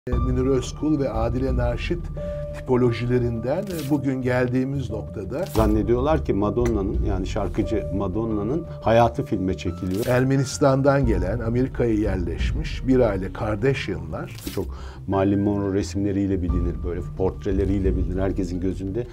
Münir Özkul ve Adile Naşit tipolojilerinden bugün geldiğimiz noktada zannediyorlar ki Madonna'nın, yani şarkıcı Madonna'nın hayatı filme çekiliyor. Ermenistan'dan gelen, Amerika'ya yerleşmiş bir aile Kardashian'lar. Çok Marilyn Monroe resimleriyle bilinir, böyle portreleriyle bilinir herkesin gözünde.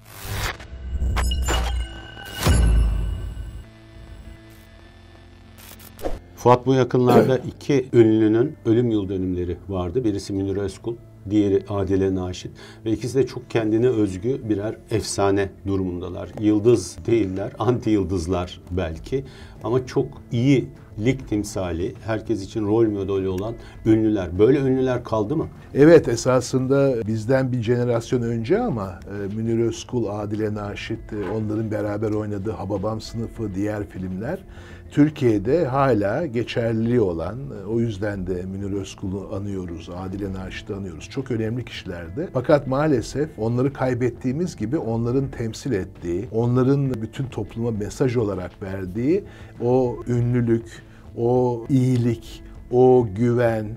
Fuat, bu yakınlarda iki ünlünün ölüm yıl dönümleri vardı. Birisi Münir Özkul, diğeri Adile Naşit. Ve ikisi de çok kendine özgü birer efsane durumundalar. Yıldız değiller, anti yıldızlar belki. Ama çok iyi lig timsali, herkes için rol modeli olan ünlüler. Böyle ünlüler kaldı mı? Evet, esasında bizden bir jenerasyon önce ama Münir Özkul, Adile Naşit, onların beraber oynadığı Hababam Sınıfı, diğer filmler Türkiye'de hala geçerli olan, o yüzden de Münir Özkul'u anıyoruz, Adile Naşit'i anıyoruz. Çok önemli kişilerdi. Fakat maalesef onları kaybettiğimiz gibi onların temsil ettiği, onların bütün topluma mesaj olarak verdiği o ünlülük, o iyilik, o güven,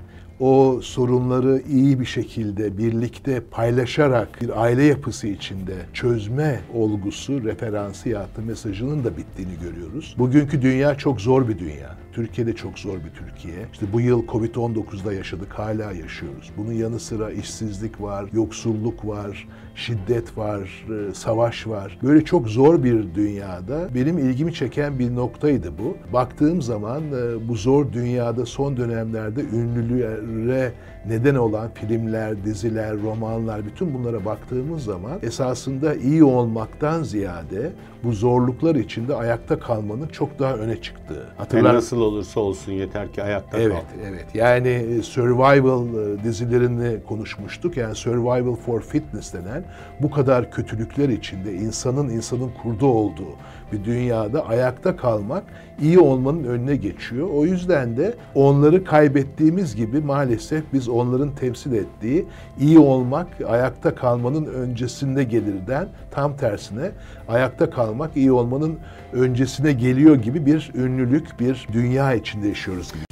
o sorunları iyi bir şekilde birlikte paylaşarak bir aile yapısı içinde çözme olgusu, referansı yaratma mesajının da bittiğini görüyoruz. Bugünkü dünya çok zor bir dünya. Türkiye'de çok zor bir Türkiye. İşte bu yıl Covid-19'da yaşadık, hala yaşıyoruz. Bunun yanı sıra işsizlik var, yoksulluk var, şiddet var, savaş var. Böyle çok zor bir dünyada benim ilgimi çeken bir noktaydı bu. Baktığım zaman bu zor dünyada son dönemlerde ünlülüğe neden olan filmler, diziler, romanlar, bütün bunlara baktığımız zaman esasında iyi olmaktan ziyade bu zorluklar içinde ayakta kalmanın çok daha öne çıktığı. Nasıl olursa olsun yeter ki ayakta kal. Evet. Yani survival dizilerini konuşmuştuk. Yani survival for fitness denen bu kadar kötülükler içinde insanın kurdu olduğu bir dünyada ayakta kalmak iyi olmanın önüne geçiyor. O yüzden de onları kaybettiğimiz gibi maalesef biz onların temsil ettiği iyi olmak ayakta kalmanın öncesinde gelirden tam tersine ayakta kalmak iyi olmanın öncesine geliyor gibi bir ünlülük, bir dünya içinde yaşıyoruz gibi.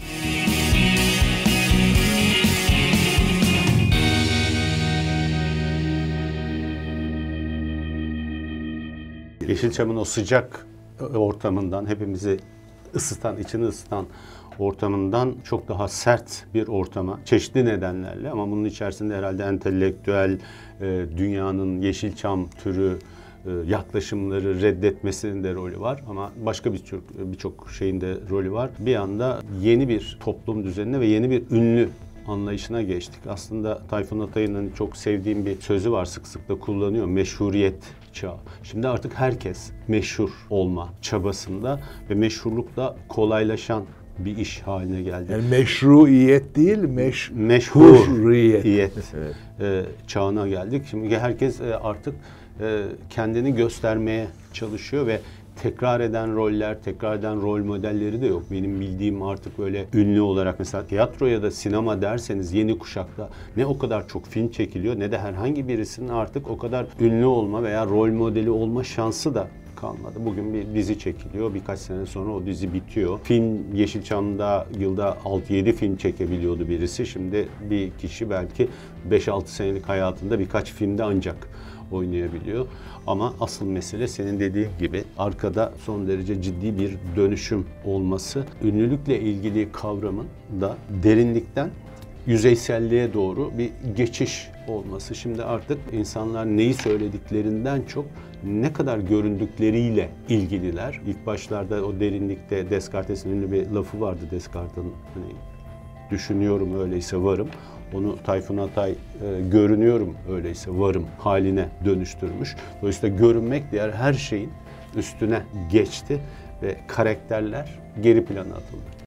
Yeşilçam'ın o sıcak ortamından, hepimizi ısıtan, içini ısıtan ortamından çok daha sert bir ortama, çeşitli nedenlerle, ama bunun içerisinde herhalde entelektüel, dünyanın Yeşilçam türü yaklaşımları reddetmesinin de rolü var, ama başka birçok şeyin de rolü var. Bir anda yeni bir toplum düzenine ve yeni bir ünlü anlayışına geçtik. Aslında Tayfun Atay'ın çok sevdiğim bir sözü var, sık sık da kullanıyor. Meşhuriyet çağı. Şimdi artık herkes meşhur olma çabasında ve meşhurlukla kolaylaşan bir iş haline geldi. Yani meşruiyet değil, meşhuriyet çağına geldik. Şimdi herkes artık kendini göstermeye çalışıyor ve tekrar eden roller, tekrar eden rol modelleri de yok. Benim bildiğim artık böyle ünlü olarak, mesela tiyatro ya da sinema derseniz yeni kuşakta ne o kadar çok film çekiliyor ne de herhangi birisinin artık o kadar ünlü olma veya rol modeli olma şansı da kalmadı. Bugün bir dizi çekiliyor, birkaç sene sonra o dizi bitiyor. Film, Yeşilçam'da yılda 6-7 film çekebiliyordu birisi. Şimdi bir kişi belki 5-6 senelik hayatında birkaç filmde ancak oynayabiliyor. Ama asıl mesele senin dediğin gibi arkada son derece ciddi bir dönüşüm olması. Ünlülükle ilgili kavramın da derinlikten yüzeyselliğe doğru bir geçiş olması. Şimdi artık insanlar neyi söylediklerinden çok ne kadar göründükleriyle ilgililer. İlk başlarda o derinlikte Descartes'in ünlü bir lafı vardı. Descartes'in hani, düşünüyorum öyleyse varım. Onu Tayfun Atay görünüyorum öyleyse varım haline dönüştürmüş. Dolayısıyla görünmek diğer her şeyin üstüne geçti ve karakterler geri plana atıldı.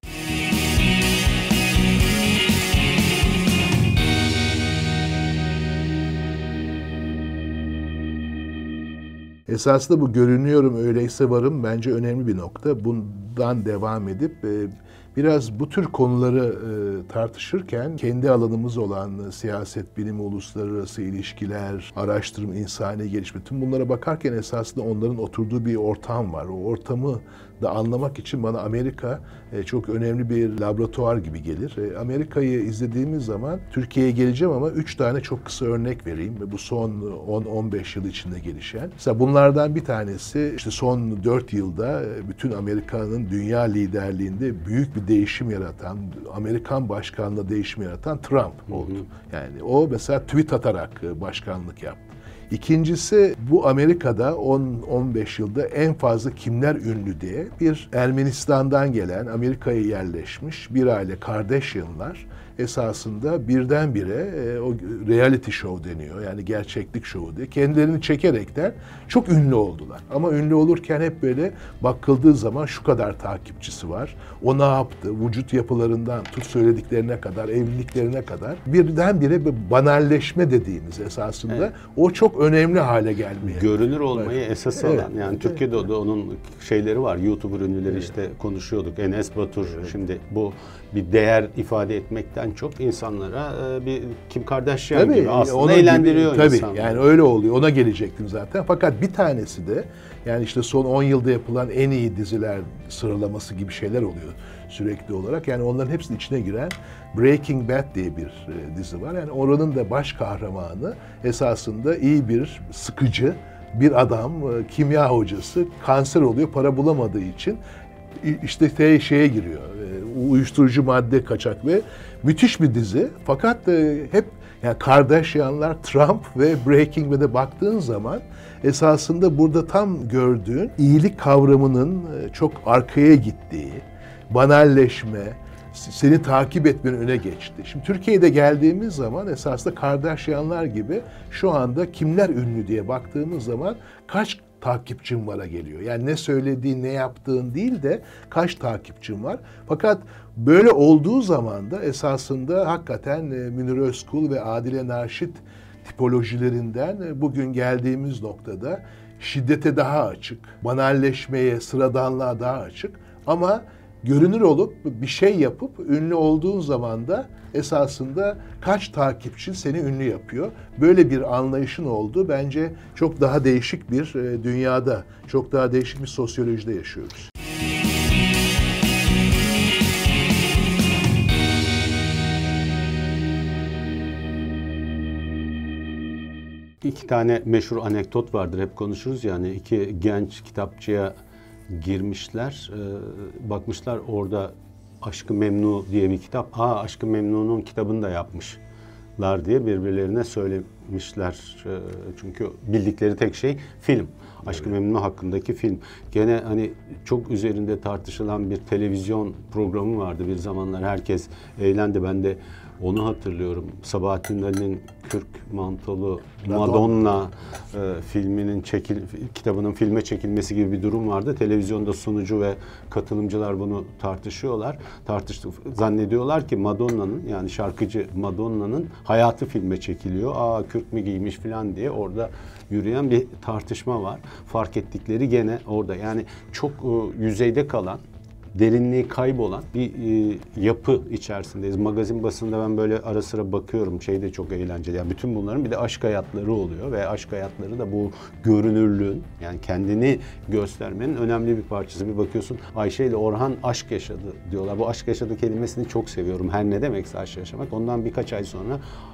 Esasında bu görünüyorum öyleyse varım bence önemli bir nokta. Bundan devam edip biraz bu tür konuları tartışırken kendi alanımız olan siyaset, bilim, uluslararası ilişkiler, araştırma, insani gelişme, tüm bunlara bakarken esasında onların oturduğu bir ortam var. O ortamı da anlamak için bana Amerika çok önemli bir laboratuvar gibi gelir. Amerika'yı izlediğimiz zaman Türkiye'ye geleceğim ama 3 tane çok kısa örnek vereyim. Bu son 10-15 yıl içinde gelişen. Mesela bunlardan bir tanesi işte son 4 yılda bütün Amerika'nın dünya liderliğinde büyük bir değişim yaratan, Amerikan başkanlığında değişim yaratan Trump oldu. Yani o mesela tweet atarak başkanlık yaptı. İkincisi, bu Amerika'da 10-15 yılda en fazla kimler ünlü diye bir Ermenistan'dan gelen, Amerika'ya yerleşmiş bir aile, Kardashian'lar esasında birdenbire o reality show deniyor. Yani gerçeklik şovu diye. Kendilerini çekerekten çok ünlü oldular. Ama ünlü olurken hep böyle bakıldığı zaman şu kadar takipçisi var. O ne yaptı? Vücut yapılarından tut söylediklerine kadar, evliliklerine kadar birdenbire bir banalleşme dediğimiz esasında o çok önemli hale gelmeye. Görünür olmayı esas alan. Yani Türkiye'de de onun şeyleri var. YouTuber ünlüleri işte konuşuyorduk. Enes Batur şimdi bu bir değer ifade etmekten çok insanlara bir Kim Kardashian gibi aslında eğlendiriyor insanları. Yani öyle oluyor. Ona gelecektim zaten. Fakat bir tanesi de yani işte son 10 yılda yapılan en iyi diziler sıralaması gibi şeyler oluyor sürekli olarak. Yani onların hepsinin içine giren Breaking Bad diye bir dizi var. Yani oranın da baş kahramanı esasında iyi bir sıkıcı bir adam, kimya hocası, kanser oluyor, para bulamadığı için işte şeye giriyor, uyuşturucu madde kaçak ve müthiş bir dizi. Fakat hep yani Kardashianlar, Trump ve Breaking Bad'e baktığın zaman esasında burada tam gördüğün iyilik kavramının çok arkaya gittiği, banalleşme, seni takip etmenin öne geçti. Şimdi Türkiye'de geldiğimiz zaman esasında Kardashianlar gibi şu anda kimler ünlü diye baktığımız zaman kaç takipçim var'a geliyor. Yani ne söylediğin, ne yaptığın değil de kaç takipçim var. Fakat böyle olduğu zaman da esasında hakikaten Münir Özkul ve Adile Naşit tipolojilerinden bugün geldiğimiz noktada şiddete daha açık, banalleşmeye, sıradanlığa daha açık ama görünür olup bir şey yapıp ünlü olduğun zaman da esasında kaç takipçi seni ünlü yapıyor. Böyle bir anlayışın olduğu bence çok daha değişik bir dünyada, çok daha değişik bir sosyolojide yaşıyoruz. İki tane meşhur anekdot vardır, hep konuşuruz yani. İki genç kitapçıya girmişler, bakmışlar orada Aşk-ı Memnu diye bir kitap. Aşk-ı Memnu'nun kitabını da yapmışlar diye birbirlerine söylemişler. Çünkü bildikleri tek şey film. Aşk-ı Memnu hakkındaki film. Gene hani çok üzerinde tartışılan bir televizyon programı vardı bir zamanlar. Herkes eğlendi. Ben de onu hatırlıyorum. Sabahattin Ali'nin Kürk Mantolu Madonna filminin kitabının filme çekilmesi gibi bir durum vardı. Televizyonda sunucu ve katılımcılar bunu tartışıyorlar. Zannediyorlar ki Madonna'nın, yani şarkıcı Madonna'nın hayatı filme çekiliyor. Kürk mü giymiş falan diye orada yürüyen bir tartışma var. Fark ettikleri gene orada. Yani çok yüzeyde kalan, derinliği kaybolan bir yapı içerisindeyiz. Magazin basında ben böyle ara sıra bakıyorum. Şey de çok eğlenceli. Yani bütün bunların bir de aşk hayatları oluyor ve aşk hayatları da bu görünürlüğün, yani kendini göstermenin önemli bir parçası. Bir bakıyorsun Ayşe ile Orhan aşk yaşadı diyorlar. Bu aşk yaşadı kelimesini çok seviyorum. Her ne demekse aşk yaşamak. Ondan birkaç ay sonra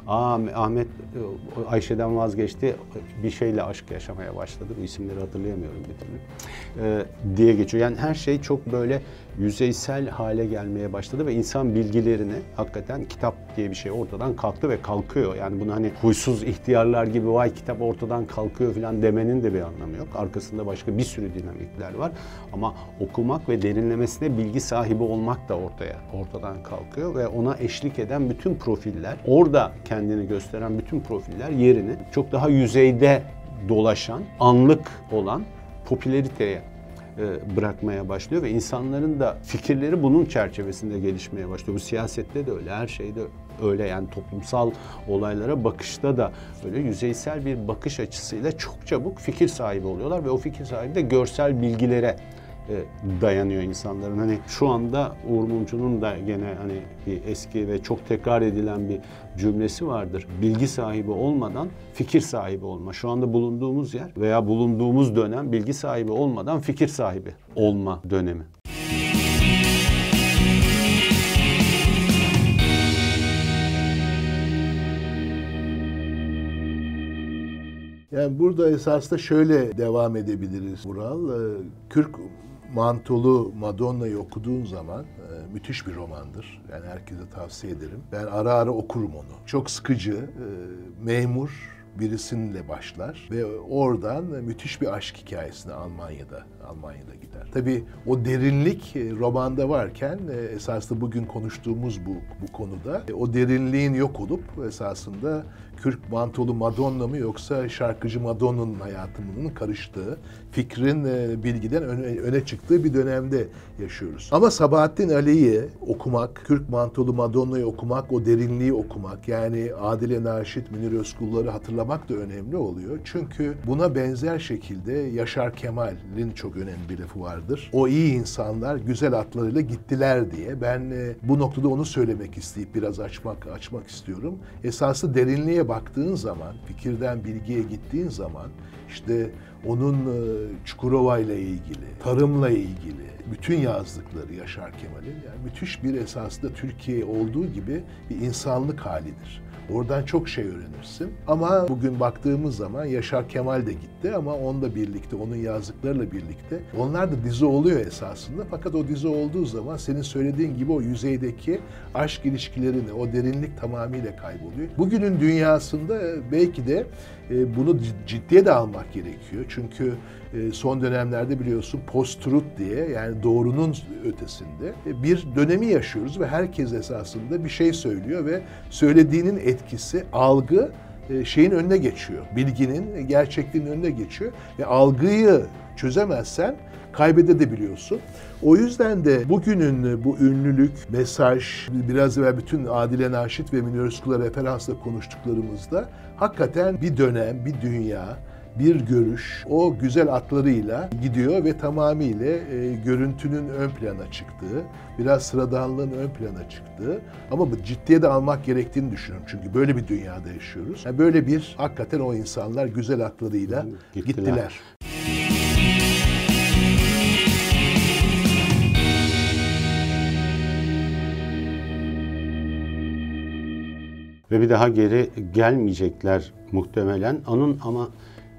Ahmet Ayşe'den vazgeçti, bir şeyle aşk yaşamaya başladı. Bu isimleri hatırlayamıyorum bir türlü. Diye geçiyor. Yani her şey çok böyle yüzeysel hale gelmeye başladı ve insan bilgilerini hakikaten kitap diye bir şey ortadan kalktı ve kalkıyor. Yani bunu hani huysuz ihtiyarlar gibi vay kitap ortadan kalkıyor falan demenin de bir anlamı yok. Arkasında başka bir sürü dinamikler var. Ama okumak ve derinlemesine bilgi sahibi olmak da ortadan kalkıyor ve ona eşlik eden bütün profiller, orada kendini gösteren bütün profiller yerini çok daha yüzeyde dolaşan, anlık olan popülariteye bırakmaya başlıyor ve insanların da fikirleri bunun çerçevesinde gelişmeye başlıyor. Bu siyasette de öyle, her şeyde öyle, yani toplumsal olaylara bakışta da öyle yüzeysel bir bakış açısıyla çok çabuk fikir sahibi oluyorlar ve o fikir sahibi de görsel bilgilere dayanıyor insanların. Hani şu anda Uğur Mumcu'nun da gene hani bir eski ve çok tekrar edilen bir cümlesi vardır. Bilgi sahibi olmadan fikir sahibi olma. Şu anda bulunduğumuz yer veya bulunduğumuz dönem bilgi sahibi olmadan fikir sahibi olma dönemi. Yani burada esasında şöyle devam edebiliriz Vural. Kürk Mantolu Madonna'yı okuduğun zaman müthiş bir romandır. Yani herkese tavsiye ederim. Ben ara ara okurum onu. Çok sıkıcı, memur birisinle başlar ve oradan müthiş bir aşk hikayesine Almanya'da gider. Tabii o derinlik romanda varken esasında bugün konuştuğumuz bu konuda o derinliğin yok olup esasında Kürk Mantolu Madonna mı yoksa şarkıcı Madonna'nın hayatının karıştığı, fikrin bilgiden öne çıktığı bir dönemde yaşıyoruz. Ama Sabahattin Ali'yi okumak, Kürk Mantolu Madonna'yı okumak, o derinliği okumak, yani Adile Naşit, Münir Özkulları hatırlamak da önemli oluyor. Çünkü buna benzer şekilde Yaşar Kemal'in çok önemli bir lafı vardır. O iyi insanlar güzel atlarıyla gittiler diye. Ben bu noktada onu söylemek isteyip biraz açmak istiyorum. Esaslı derinliğe baktığın zaman, fikirden bilgiye gittiğin zaman işte onun Çukurova ile ilgili, tarımla ilgili bütün yazdıkları Yaşar Kemal'in yani müthiş bir esasında Türkiye olduğu gibi bir insanlık halidir. Oradan çok şey öğrenirsin. Ama bugün baktığımız zaman Yaşar Kemal de gitti ama onunla birlikte, onun yazdıklarıyla birlikte onlar da dizi oluyor esasında. Fakat o dizi olduğu zaman senin söylediğin gibi o yüzeydeki aşk ilişkilerini, o derinlik tamamıyla kayboluyor. Bugünün dünyasında belki de bunu ciddiye de almak gerekiyor. Çünkü son dönemlerde biliyorsun post-truth diye yani doğrunun ötesinde bir dönemi yaşıyoruz ve herkes esasında bir şey söylüyor ve söylediğinin etkisi, algı şeyin önüne geçiyor. Bilginin, gerçekliğin önüne geçiyor ve algıyı çözemezsen kaybedebiliyorsun. O yüzden de bugünün bu ünlülük, mesaj, biraz evvel bütün Adile Naşit ve Münir Özkul'a referansla konuştuklarımızda hakikaten bir dönem, bir dünya, bir görüş o güzel atlarıyla gidiyor ve tamamıyla görüntünün ön plana çıktığı, biraz sıradanlığın ön plana çıktığı ama bu ciddiye de almak gerektiğini düşünüyorum. Çünkü böyle bir dünyada yaşıyoruz. Yani böyle bir hakikaten o insanlar güzel atlarıyla gittiler. Ve bir daha geri gelmeyecekler muhtemelen. Onun ama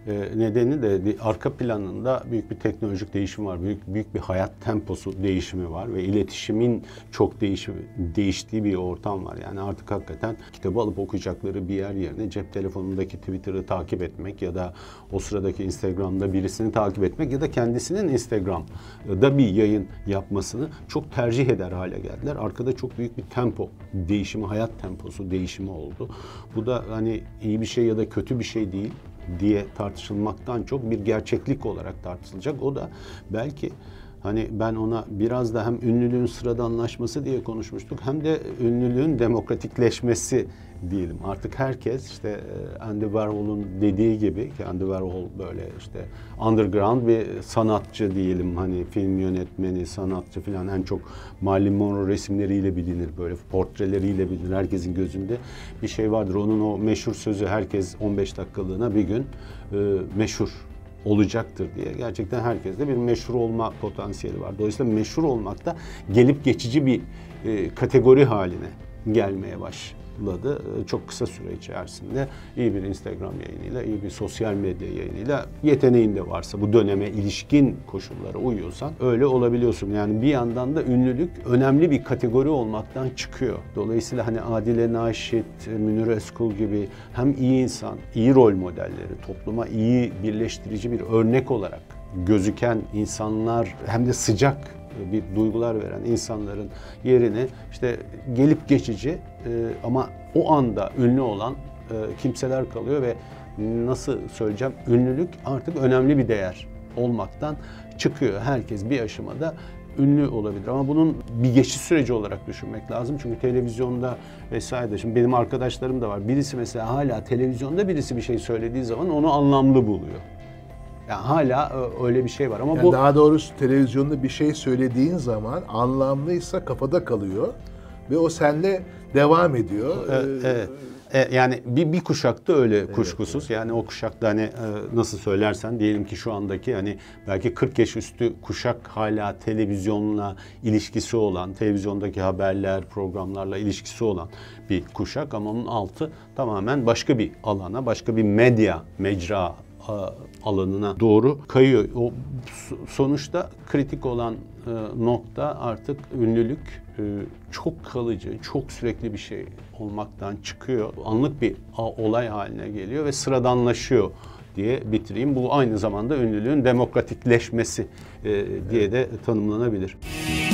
nedeni de arka planında büyük bir teknolojik değişim var. Büyük bir hayat temposu değişimi var ve iletişimin çok değiştiği bir ortam var. Yani artık hakikaten kitabı alıp okuyacakları bir yer yerine cep telefonundaki Twitter'ı takip etmek ya da o sıradaki Instagram'da birisini takip etmek ya da kendisinin Instagram'da bir yayın yapmasını çok tercih eder hale geldiler. Arkada çok büyük bir tempo değişimi, hayat temposu değişimi oldu. Bu da hani iyi bir şey ya da kötü bir şey değil diye tartışılmaktan çok bir gerçeklik olarak tartışılacak. O da belki hani ben ona biraz da hem ünlülüğün sıradanlaşması diye konuşmuştuk hem de ünlülüğün demokratikleşmesi diyelim. Artık herkes işte Andy Warhol'un dediği gibi ki Andy Warhol böyle işte underground bir sanatçı diyelim, hani film yönetmeni, sanatçı falan, en çok Marilyn Monroe resimleriyle bilinir, böyle portreleriyle bilinir, herkesin gözünde bir şey vardır. Onun o meşhur sözü herkes 15 dakikalığına bir gün meşhur olacaktır diye. Gerçekten herkeste bir meşhur olma potansiyeli var. Dolayısıyla meşhur olmak da gelip geçici bir kategori haline gelmeye başladı. Çok kısa süre içerisinde iyi bir Instagram yayınıyla, iyi bir sosyal medya yayınıyla, yeteneğin de varsa, bu döneme ilişkin koşullara uyuyorsan öyle olabiliyorsun. Yani bir yandan da ünlülük önemli bir kategori olmaktan çıkıyor. Dolayısıyla hani Adile Naşit, Münir Özkul gibi hem iyi insan, iyi rol modelleri, topluma iyi birleştirici bir örnek olarak gözüken insanlar, hem de sıcak bir duygular veren insanların yerine işte gelip geçici ama o anda ünlü olan kimseler kalıyor ve nasıl söyleyeceğim, ünlülük artık önemli bir değer olmaktan çıkıyor. Herkes bir aşamada ünlü olabilir ama bunun bir geçiş süreci olarak düşünmek lazım. Çünkü televizyonda vesaire, şimdi benim arkadaşlarım da var. Birisi mesela hala televizyonda birisi bir şey söylediği zaman onu anlamlı buluyor. Yani hala öyle bir şey var ama Yani bu daha doğrusu televizyonda bir şey söylediğin zaman anlamlıysa kafada kalıyor ve o seninle devam ediyor. evet. Yani bir kuşakta öyle kuşkusuz. Yani o kuşakta hani nasıl söylersen diyelim ki şu andaki hani belki 40 yaş üstü kuşak hala televizyonla ilişkisi olan, televizyondaki haberler, programlarla ilişkisi olan bir kuşak ama onun altı tamamen başka bir alana, başka bir mecra alanına doğru kayıyor. O sonuçta kritik olan nokta artık ünlülük çok kalıcı, çok sürekli bir şey olmaktan çıkıyor. Anlık bir olay haline geliyor ve sıradanlaşıyor diye bitireyim. Bu aynı zamanda ünlülüğün demokratikleşmesi diye de tanımlanabilir.